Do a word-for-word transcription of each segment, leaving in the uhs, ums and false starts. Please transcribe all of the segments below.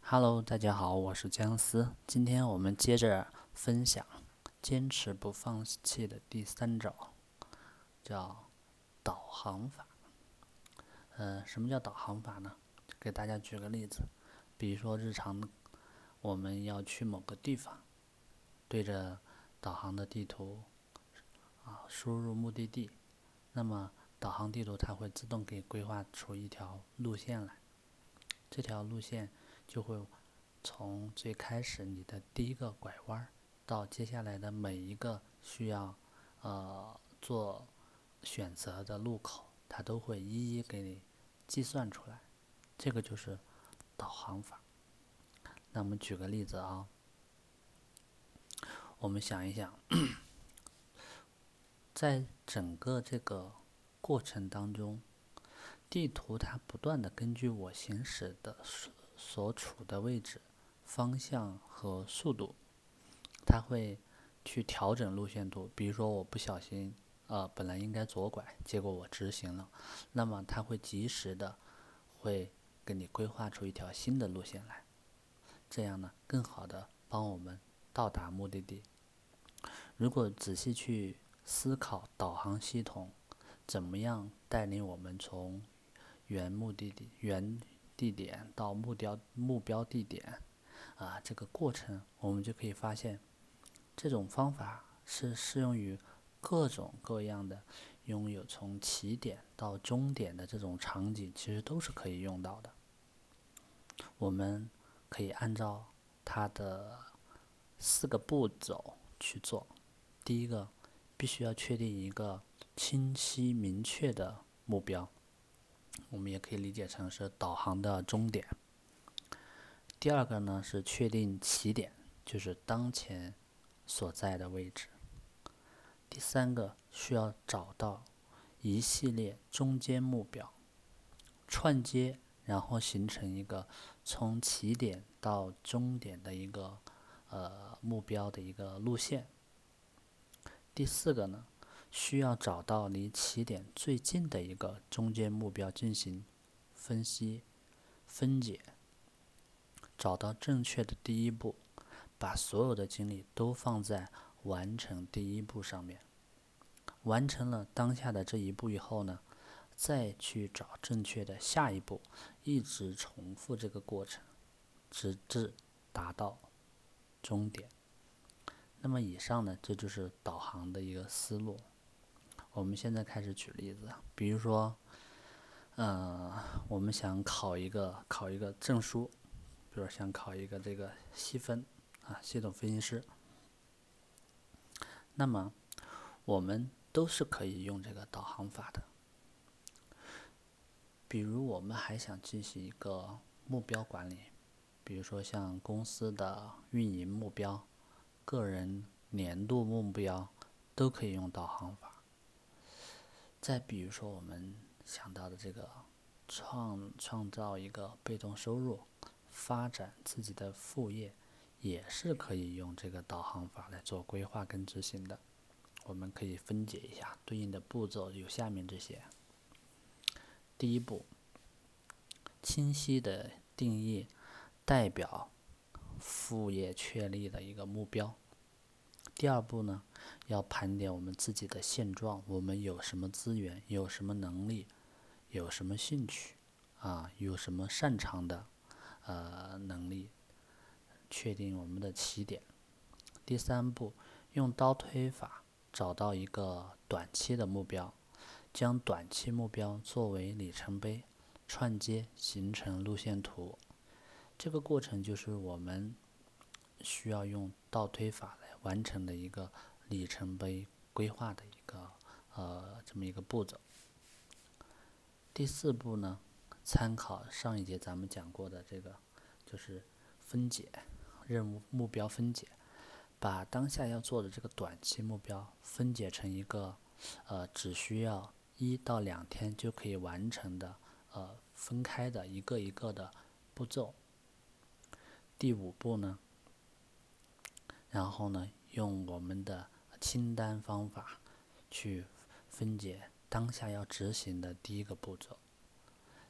Hello，大家好，我是姜思。今天我们接着分享坚持不放弃的第三招，叫导航法。呃，什么叫导航法呢？给大家举个例子，比如说日常我们要去某个地方，对着导航的地图啊输入目的地，那么导航地图它会自动给规划出一条路线来，这条路线就会从最开始你的第一个拐弯到接下来的每一个需要呃做选择的路口，它都会一一给你计算出来。这个就是导航法。那我们举个例子啊，我们想一想，在整个这个过程当中，地图它不断的根据我行驶的所所处的位置、方向和速度，它会去调整路线图。比如说我不小心，呃，本来应该左拐，结果我直行了，那么它会及时的会给你规划出一条新的路线来，这样呢，更好的帮我们到达目的地。如果仔细去思考导航系统怎么样带领我们从原目的地、原地点到目标目标地点啊，这个过程我们就可以发现，这种方法是适用于各种各样的拥有从起点到终点的这种场景，其实都是可以用到的。我们可以按照它的四个步骤去做。第一个，必须要确定一个清晰明确的目标，我们也可以理解成是导航的终点。第二个呢是确定起点，就是当前所在的位置。第三个需要找到一系列中间目标，串接，然后形成一个从起点到终点的一个呃目标的一个路线。第四个呢，需要找到离起点最近的一个中间目标进行分析、分解，找到正确的第一步，把所有的精力都放在完成第一步上面。完成了当下的这一步以后呢，再去找正确的下一步，一直重复这个过程，直至达到终点。那么以上呢，这就是导航的一个思路。我们现在开始举例子，比如说，呃，我们想考一个考一个证书，比如想考一个这个细分啊，系统分析师。那么我们都是可以用这个导航法的。比如我们还想进行一个目标管理，比如说像公司的运营目标、个人年度目标，都可以用导航法。再比如说我们想到的这个创创造一个被动收入，发展自己的副业，也是可以用这个导航法来做规划跟执行的。我们可以分解一下，对应的步骤有下面这些。第一步，清晰的定义代表副业确立的一个目标。第二步呢，要盘点我们自己的现状，我们有什么资源，有什么能力，有什么兴趣啊，有什么擅长的呃能力，确定我们的起点。第三步，用倒推法找到一个短期的目标，将短期目标作为里程碑，串接形成路线图。这个过程就是我们需要用倒推法来完成的一个里程碑规划的一个呃这么一个步骤。第四步呢，参考上一节咱们讲过的这个，就是分解任务目标分解，把当下要做的这个短期目标分解成一个呃只需要一到两天就可以完成的呃分开的一个一个的步骤。第五步呢，然后呢，用我们的清单方法去分解当下要执行的第一个步骤，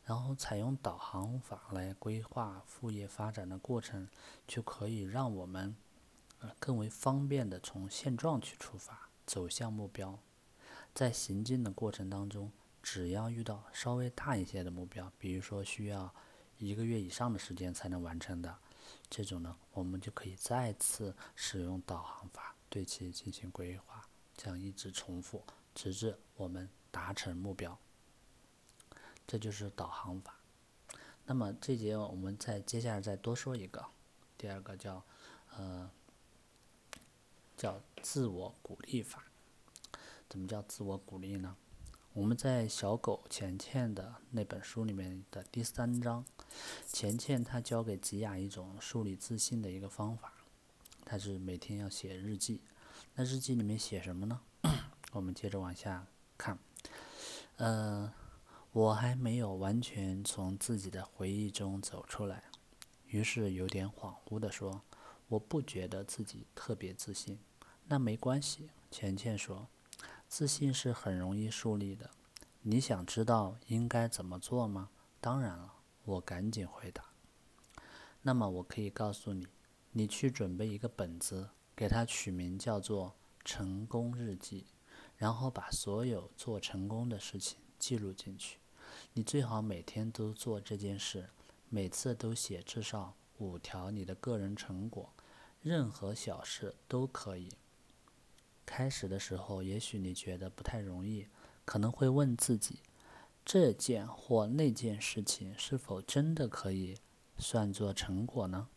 然后采用导航法来规划副业发展的过程，就可以让我们呃更为方便的从现状去出发，走向目标。在行进的过程当中，只要遇到稍微大一些的目标，比如说需要一个月以上的时间才能完成的，这种呢，我们就可以再次使用导航法对其进行规划，这样一直重复，直至我们达成目标。这就是导航法。那么这节我们再接下来再多说一个，第二个叫呃叫自我鼓励法。怎么叫自我鼓励呢？我们在小狗钱钱的那本书里面的第三章，钱钱他教给吉雅一种树立自信的一个方法，他是每天要写日记。那日记里面写什么呢？我们接着往下看。呃，我还没有完全从自己的回忆中走出来，于是有点恍惚地说，我不觉得自己特别自信。那没关系，钱钱说，自信是很容易树立的。你想知道应该怎么做吗？当然了，我赶紧回答。那么我可以告诉你，你去准备一个本子，给它取名叫做成功日记，然后把所有做成功的事情记录进去。你最好每天都做这件事，每次都写至少五条你的个人成果，任何小事都可以。开始的时候，也许你觉得不太容易，可能会问自己，这件或那件事情是否真的可以算作成果呢？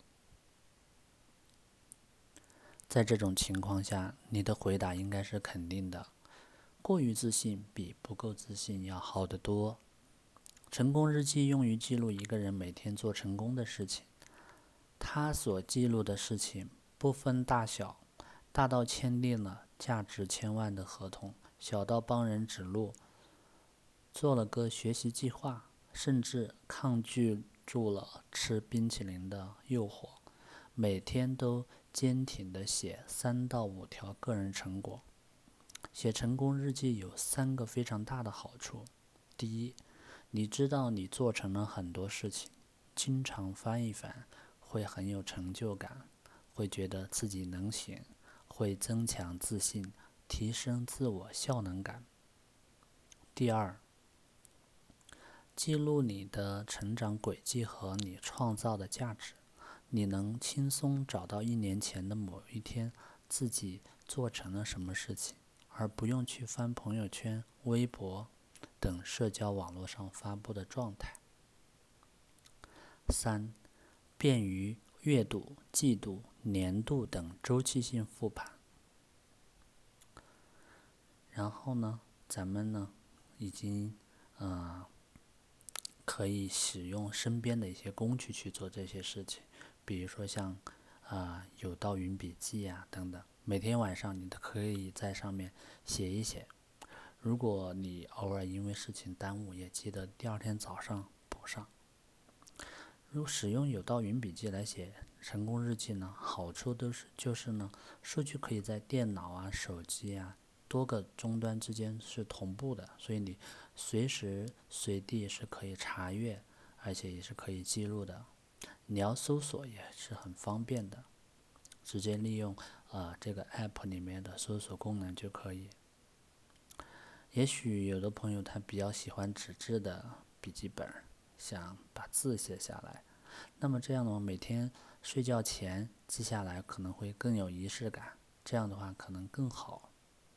在这种情况下，你的回答应该是肯定的。过于自信比不够自信要好得多。成功日记用于记录一个人每天做成功的事情，他所记录的事情不分大小，大到签订了价值千万的合同，小到帮人指路，做了个学习计划，甚至抗拒住了吃冰淇淋的诱惑，每天都坚挺地写三到五条个人成果。写成功日记有三个非常大的好处。第一，你知道你做成了很多事情，经常翻一翻，会很有成就感，会觉得自己能行，会增强自信，提升自我效能感。第二，记录你的成长轨迹和你创造的价值，你能轻松找到一年前的某一天自己做成了什么事情，而不用去翻朋友圈、微博等社交网络上发布的状态。三，便于月度、季度、年度等周期性复盘。然后呢，咱们呢，已经呃可以使用身边的一些工具去做这些事情，比如说像啊、呃、有道云笔记啊等等，每天晚上你都可以在上面写一写。如果你偶尔因为事情耽误，也记得第二天早上补上。如果使用有道云笔记来写成功日记呢，好处都是就是呢，数据可以在电脑啊、手机啊多个终端之间是同步的，所以你随时随地是可以查阅，而且也是可以记录的。你要搜索也是很方便的，直接利用呃这个 app 里面的搜索功能就可以。也许有的朋友他比较喜欢纸质的笔记本，想把字写下来，那么这样的话，每天睡觉前记下来可能会更有仪式感，这样的话可能更好。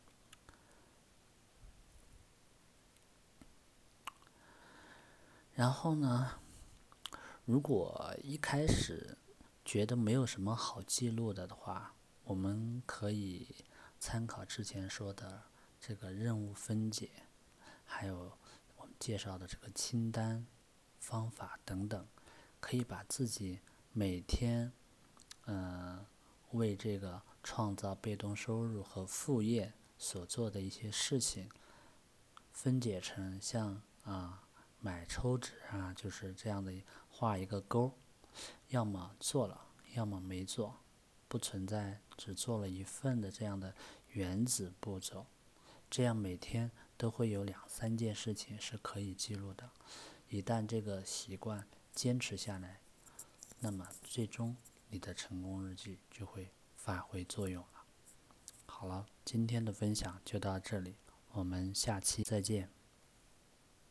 然后呢，如果一开始觉得没有什么好记录的的话，我们可以参考之前说的这个任务分解，还有我们介绍的这个清单方法等等，可以把自己每天呃为这个创造被动收入和副业所做的一些事情分解成像啊买抽纸啊，就是这样的画一个勾，要么做了，要么没做，不存在只做了一份的这样的原子步骤。这样每天都会有两三件事情是可以记录的， 一旦这个习惯坚持下来，那么最终你的成功日记就会发挥作用了。好了，今天的分享就到这里，我们下期再见。